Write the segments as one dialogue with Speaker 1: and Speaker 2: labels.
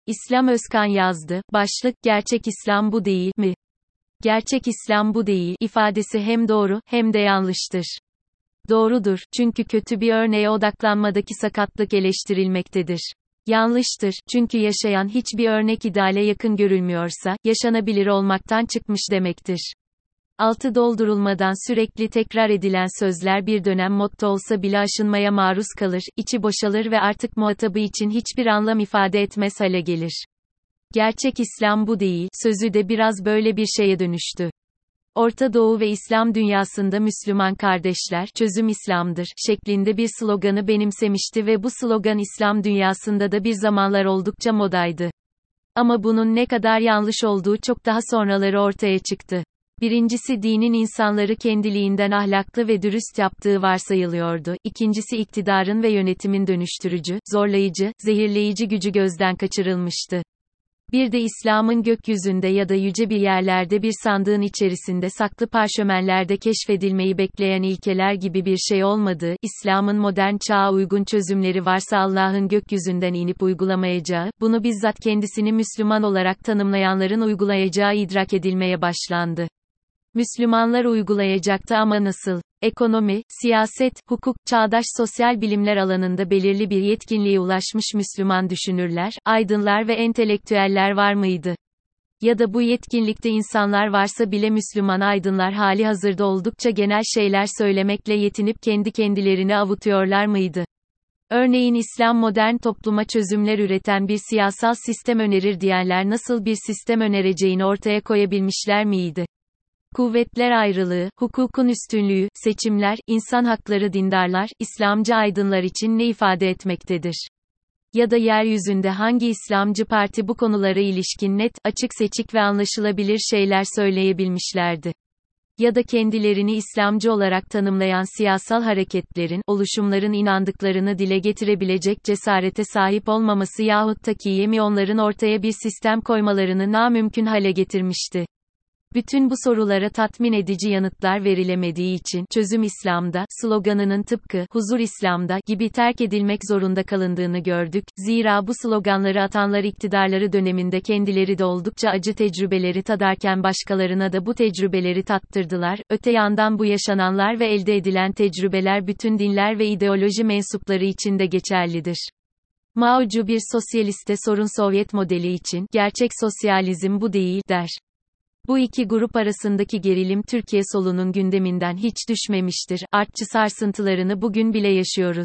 Speaker 1: İslam Özkan yazdı. Başlık, gerçek İslam bu değil mi? Gerçek İslam bu değil ifadesi hem doğru, hem de yanlıştır. Doğrudur, çünkü kötü bir örneğe odaklanmadaki sakatlık eleştirilmektedir. Yanlıştır, çünkü yaşayan hiçbir örnek ideale yakın görülmüyorsa, yaşanabilir olmaktan çıkmış demektir. Altı doldurulmadan sürekli tekrar edilen sözler bir dönem motto olsa bile aşınmaya maruz kalır, içi boşalır ve artık muhatabı için hiçbir anlam ifade etmez hale gelir. Gerçek İslam bu değil, sözü de biraz böyle bir şeye dönüştü. Orta Doğu ve İslam dünyasında Müslüman kardeşler, çözüm İslam'dır, şeklinde bir sloganı benimsemişti ve bu slogan İslam dünyasında da bir zamanlar oldukça modaydı. Ama bunun ne kadar yanlış olduğu çok daha sonraları ortaya çıktı. Birincisi dinin insanları kendiliğinden ahlaklı ve dürüst yaptığı varsayılıyordu. İkincisi iktidarın ve yönetimin dönüştürücü, zorlayıcı, zehirleyici gücü gözden kaçırılmıştı. Bir de İslam'ın gökyüzünde ya da yüce bir yerlerde bir sandığın içerisinde saklı parşömenlerde keşfedilmeyi bekleyen ilkeler gibi bir şey olmadığı, İslam'ın modern çağa uygun çözümleri varsa Allah'ın gökyüzünden inip uygulamayacağı, bunu bizzat kendisini Müslüman olarak tanımlayanların uygulayacağı idrak edilmeye başlandı. Müslümanlar uygulayacaktı ama nasıl? Ekonomi, siyaset, hukuk, çağdaş sosyal bilimler alanında belirli bir yetkinliğe ulaşmış Müslüman düşünürler, aydınlar ve entelektüeller var mıydı? Ya da bu yetkinlikte insanlar varsa bile Müslüman aydınlar halihazırda oldukça genel şeyler söylemekle yetinip kendi kendilerini avutuyorlar mıydı? Örneğin İslam modern topluma çözümler üreten bir siyasal sistem önerir diyenler nasıl bir sistem önereceğini ortaya koyabilmişler miydi? Kuvvetler ayrılığı, hukukun üstünlüğü, seçimler, insan hakları dindarlar, İslamcı aydınlar için ne ifade etmektedir? Ya da yeryüzünde hangi İslamcı parti bu konulara ilişkin net, açık seçik ve anlaşılabilir şeyler söyleyebilmişlerdi? Ya da kendilerini İslamcı olarak tanımlayan siyasal hareketlerin, oluşumların inandıklarını dile getirebilecek cesarete sahip olmaması yahut takiye mi onların ortaya bir sistem koymalarını namümkün hale getirmişti? Bütün bu sorulara tatmin edici yanıtlar verilemediği için, çözüm İslam'da, sloganının tıpkı, huzur İslam'da, gibi terk edilmek zorunda kalındığını gördük, zira bu sloganları atanlar iktidarları döneminde kendileri de oldukça acı tecrübeleri tadarken başkalarına da bu tecrübeleri tattırdılar, öte yandan bu yaşananlar ve elde edilen tecrübeler bütün dinler ve ideoloji mensupları için de geçerlidir. Mao'cu bir sosyaliste sorun Sovyet modeli için, gerçek sosyalizm bu değil, der. Bu iki grup arasındaki gerilim Türkiye solunun gündeminden hiç düşmemiştir, artçı sarsıntılarını bugün bile yaşıyoruz.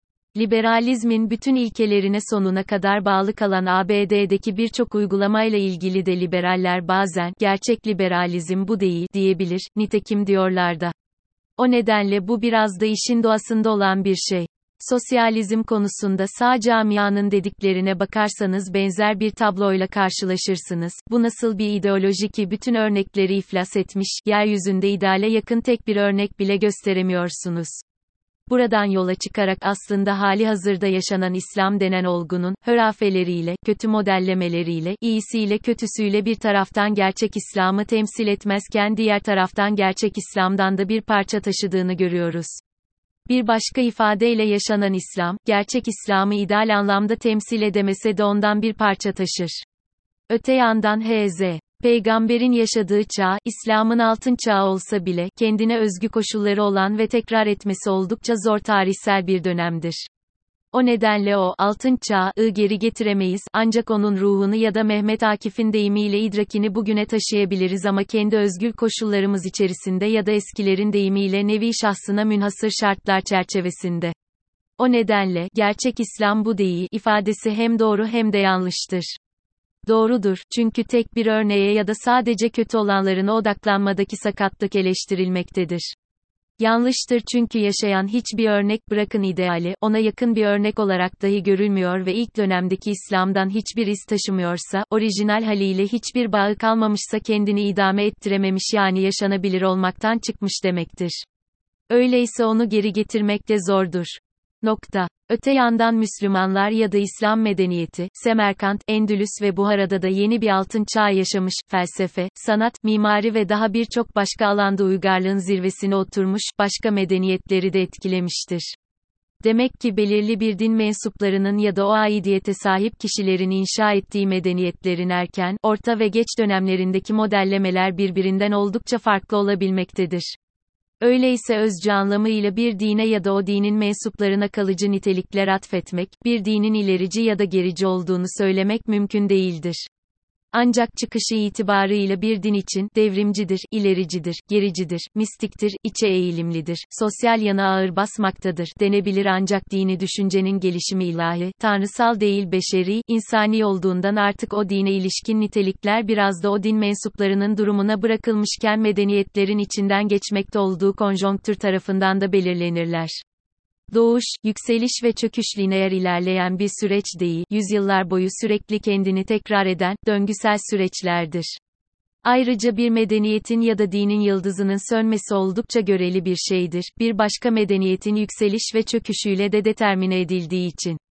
Speaker 1: Liberalizmin bütün ilkelerine sonuna kadar bağlı kalan ABD'deki birçok uygulamayla ilgili de liberaller bazen, gerçek liberalizm bu değil, diyebilir, nitekim diyorlar da. O nedenle bu biraz da işin doğasında olan bir şey. Sosyalizm konusunda sağ camianın dediklerine bakarsanız benzer bir tabloyla karşılaşırsınız. Bu nasıl bir ideoloji ki bütün örnekleri iflas etmiş, yeryüzünde ideale yakın tek bir örnek bile gösteremiyorsunuz. Buradan yola çıkarak aslında halihazırda yaşanan İslam denen olgunun, hurafeleriyle, kötü modellemeleriyle, iyisiyle kötüsüyle bir taraftan gerçek İslam'ı temsil etmezken diğer taraftan gerçek İslam'dan da bir parça taşıdığını görüyoruz. Bir başka ifadeyle yaşanan İslam, gerçek İslam'ı ideal anlamda temsil edemese de ondan bir parça taşır. Öte yandan Hz. Peygamber'in yaşadığı çağ, İslam'ın altın çağı olsa bile, kendine özgü koşulları olan ve tekrar etmesi oldukça zor tarihsel bir dönemdir. O nedenle o, altın çağı geri getiremeyiz, ancak onun ruhunu ya da Mehmet Akif'in deyimiyle idrakini bugüne taşıyabiliriz ama kendi özgür koşullarımız içerisinde ya da eskilerin deyimiyle nevi şahsına münhasır şartlar çerçevesinde. O nedenle, gerçek İslam bu değil, ifadesi hem doğru hem de yanlıştır. Doğrudur, çünkü tek bir örneğe ya da sadece kötü olanlarına odaklanmadaki sakatlık eleştirilmektedir. Yanlıştır çünkü yaşayan hiçbir örnek bırakın ideali, ona yakın bir örnek olarak dahi görülmüyor ve ilk dönemdeki İslam'dan hiçbir iz taşımıyorsa, orijinal haliyle hiçbir bağı kalmamışsa kendini idame ettirememiş yani yaşanabilir olmaktan çıkmış demektir. Öyleyse onu geri getirmek de zordur. Öte yandan Müslümanlar ya da İslam medeniyeti, Semerkant, Endülüs ve Buhara'da da yeni bir altın çağ yaşamış, felsefe, sanat, mimari ve daha birçok başka alanda uygarlığın zirvesine oturmuş, başka medeniyetleri de etkilemiştir. Demek ki belirli bir din mensuplarının ya da o aidiyete sahip kişilerin inşa ettiği medeniyetlerin erken, orta ve geç dönemlerindeki modellemeler birbirinden oldukça farklı olabilmektedir. Öyleyse özcü anlamıyla bir dine ya da o dinin mensuplarına kalıcı nitelikler atfetmek, bir dinin ilerici ya da gerici olduğunu söylemek mümkün değildir. Ancak çıkışı itibarıyla bir din için, devrimcidir, ilericidir, gericidir, mistiktir, içe eğilimlidir, sosyal yana ağır basmaktadır, denebilir ancak dini düşüncenin gelişimi ilahi, tanrısal değil beşeri, insani olduğundan artık o dine ilişkin nitelikler biraz da o din mensuplarının durumuna bırakılmışken medeniyetlerin içinden geçmekte olduğu konjonktür tarafından da belirlenirler. Doğuş, yükseliş ve çöküş lineer ilerleyen bir süreç değil, yüzyıllar boyu sürekli kendini tekrar eden, döngüsel süreçlerdir. Ayrıca bir medeniyetin ya da dinin yıldızının sönmesi oldukça göreli bir şeydir, bir başka medeniyetin yükseliş ve çöküşüyle de determine edildiği için.